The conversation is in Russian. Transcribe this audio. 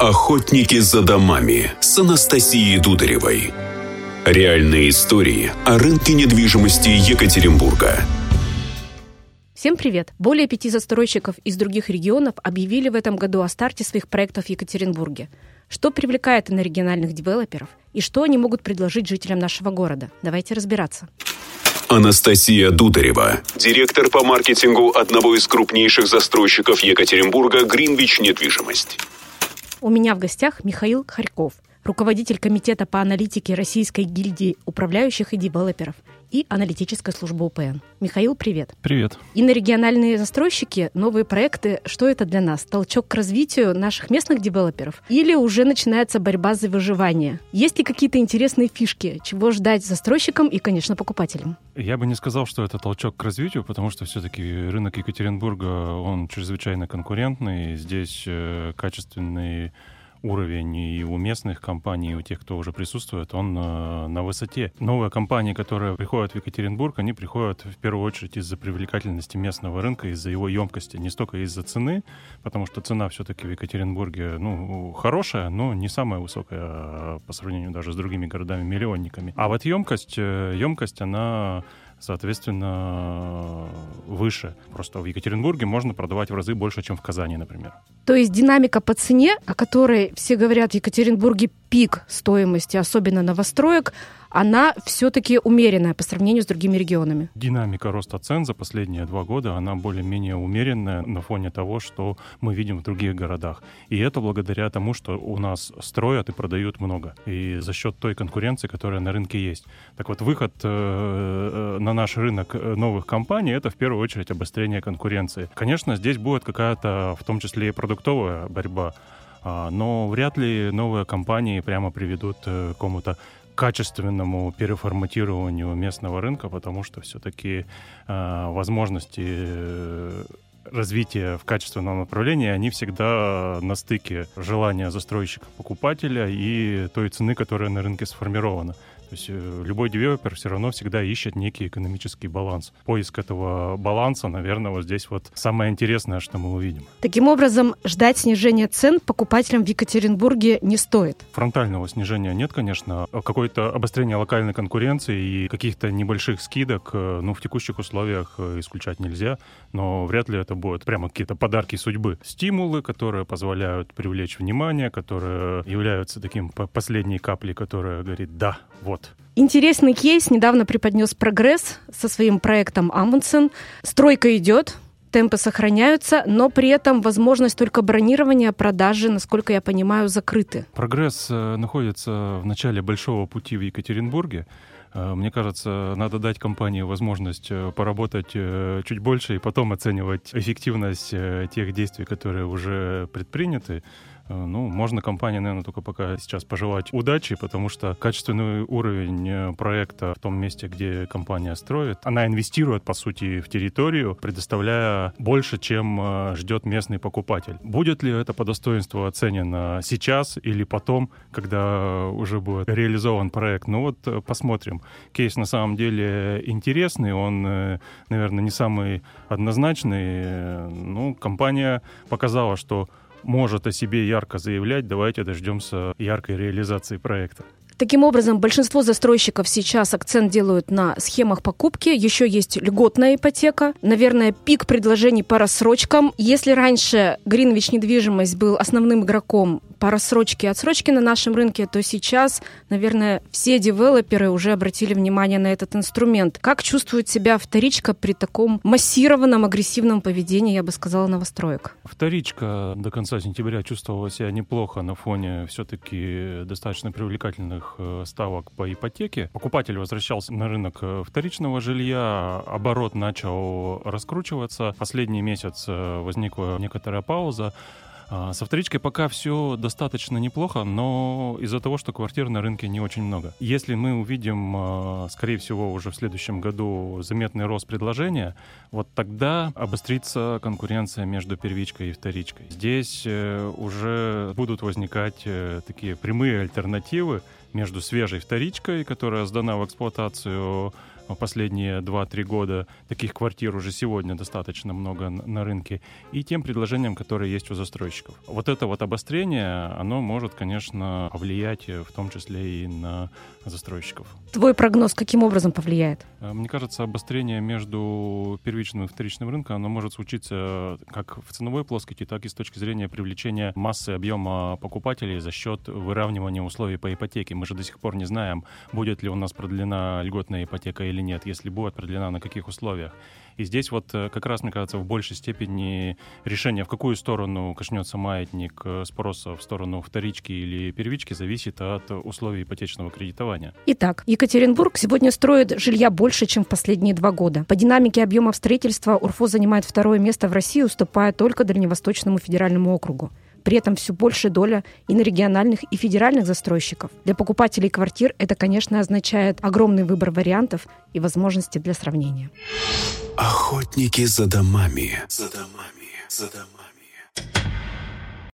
«Охотники за домами» с Анастасией Дударевой. Реальные истории о рынке недвижимости Екатеринбурга. Всем привет! Более 5 застройщиков из других регионов объявили в этом году о старте своих проектов в Екатеринбурге. Что привлекает инорегиональных девелоперов и что они могут предложить жителям нашего города? Давайте разбираться. Анастасия Дударева, директор по маркетингу одного из крупнейших застройщиков Екатеринбурга «Гринвич Недвижимость». У меня в гостях Михаил Харьков, руководитель комитета по аналитике Российской гильдии управляющих и девелоперов и аналитической службы УПН. Михаил, привет. Привет. Инорегиональные застройщики, новые проекты, что это для нас? Толчок к развитию наших местных девелоперов? Или уже начинается борьба за выживание? Есть ли какие-то интересные фишки, чего ждать застройщикам и, конечно, покупателям? Я бы не сказал, что это толчок к развитию, потому что все-таки рынок Екатеринбурга, он чрезвычайно конкурентный. Здесь качественный уровень и у местных компаний, и у тех, кто уже присутствует, он на высоте. Новые компании, которые приходят в Екатеринбург, они приходят в первую очередь из-за привлекательности местного рынка, из-за его емкости, не столько из-за цены, потому что цена все-таки в Екатеринбурге, хорошая, но не самая высокая по сравнению даже с другими городами-миллионниками. А вот емкость, она соответственно, выше. Просто в Екатеринбурге можно продавать в разы больше, чем в Казани, например. То есть динамика по цене, о которой все говорят в Екатеринбурге, пик стоимости, особенно новостроек, она все-таки умеренная по сравнению с другими регионами. Динамика роста цен за последние 2 года, она более-менее умеренная на фоне того, что мы видим в других городах. И это благодаря тому, что у нас строят и продают много. И за счет той конкуренции, которая на рынке есть. Так вот, выход на наш рынок новых компаний — это в первую очередь обострение конкуренции. Конечно, здесь будет какая-то, в том числе и продуктовая борьба, но вряд ли новые компании прямо приведут к какому-то качественному переформатированию местного рынка, потому что все-таки возможности развития в качественном направлении, они всегда на стыке желания застройщика-покупателя и той цены, которая на рынке сформирована. То есть любой девелопер все равно всегда ищет некий экономический баланс. Поиск этого баланса, наверное, вот здесь вот самое интересное, что мы увидим. Таким образом, ждать снижения цен покупателям в Екатеринбурге не стоит? Фронтального снижения нет, конечно. Какое-то обострение локальной конкуренции и каких-то небольших скидок, в текущих условиях исключать нельзя, но вряд ли это будут прямо какие-то подарки судьбы. Стимулы, которые позволяют привлечь внимание, которые являются таким последней каплей, которая говорит «да, вот». Интересный кейс недавно преподнес «Прогресс» со своим проектом «Амундсен». Стройка идет, темпы сохраняются, но при этом возможность только бронирования, продажи, насколько я понимаю, закрыты. «Прогресс» находится в начале большого пути в Екатеринбурге. Мне кажется, надо дать компании возможность поработать чуть больше и потом оценивать эффективность тех действий, которые уже предприняты. Можно компании, наверное, только пока сейчас пожелать удачи, потому что качественный уровень проекта в том месте, где компания строит, она инвестирует, по сути, в территорию, предоставляя больше, чем ждет местный покупатель. Будет ли это по достоинству оценено сейчас или потом, когда уже будет реализован проект? Посмотрим. Кейс на самом деле интересный, он, наверное, не самый однозначный. Компания показала, что может о себе ярко заявлять, давайте дождемся яркой реализации проекта. Таким образом, большинство застройщиков сейчас акцент делают на схемах покупки. Еще есть льготная ипотека. Наверное, пик предложений по рассрочкам. Если раньше Гринвич Недвижимость был основным игроком по рассрочке и отсрочке на нашем рынке, то сейчас, наверное, все девелоперы уже обратили внимание на этот инструмент. Как чувствует себя вторичка при таком массированном, агрессивном поведении, я бы сказала, новостроек? Вторичка до конца сентября чувствовала себя неплохо на фоне все-таки достаточно привлекательных ставок по ипотеке. Покупатель возвращался на рынок вторичного жилья, оборот начал раскручиваться. Последний месяц возникла некоторая пауза. Со вторичкой пока все достаточно неплохо, но из-за того, что квартир на рынке не очень много. Если мы увидим, скорее всего, уже в следующем году заметный рост предложения, вот тогда обострится конкуренция между первичкой и вторичкой. Здесь уже будут возникать такие прямые альтернативы между свежей вторичкой, которая сдана в эксплуатацию последние 2-3 года. Таких квартир уже сегодня достаточно много на рынке. И тем предложениям, которые есть у застройщиков. Вот это вот обострение, оно может, конечно, повлиять в том числе и на застройщиков. Твой прогноз каким образом повлияет? Мне кажется, обострение между первичным и вторичным рынком, оно может случиться как в ценовой плоскости, так и с точки зрения привлечения массы объема покупателей за счет выравнивания условий по ипотеке. Мы же до сих пор не знаем, будет ли у нас продлена льготная ипотека или нет, если будет продлена, на каких условиях. И здесь вот как раз, мне кажется, в большей степени решение, в какую сторону качнется маятник спроса, в сторону вторички или первички, зависит от условий ипотечного кредитования. Итак, Екатеринбург сегодня строит жилья больше, чем в последние 2 года. По динамике объемов строительства УРФО занимает 2-е место в России, уступая только Дальневосточному федеральному округу. При этом все большая доля и на региональных, и федеральных застройщиков. Для покупателей квартир это, конечно, означает огромный выбор вариантов и возможности для сравнения. Охотники за домами. За домами. За домами.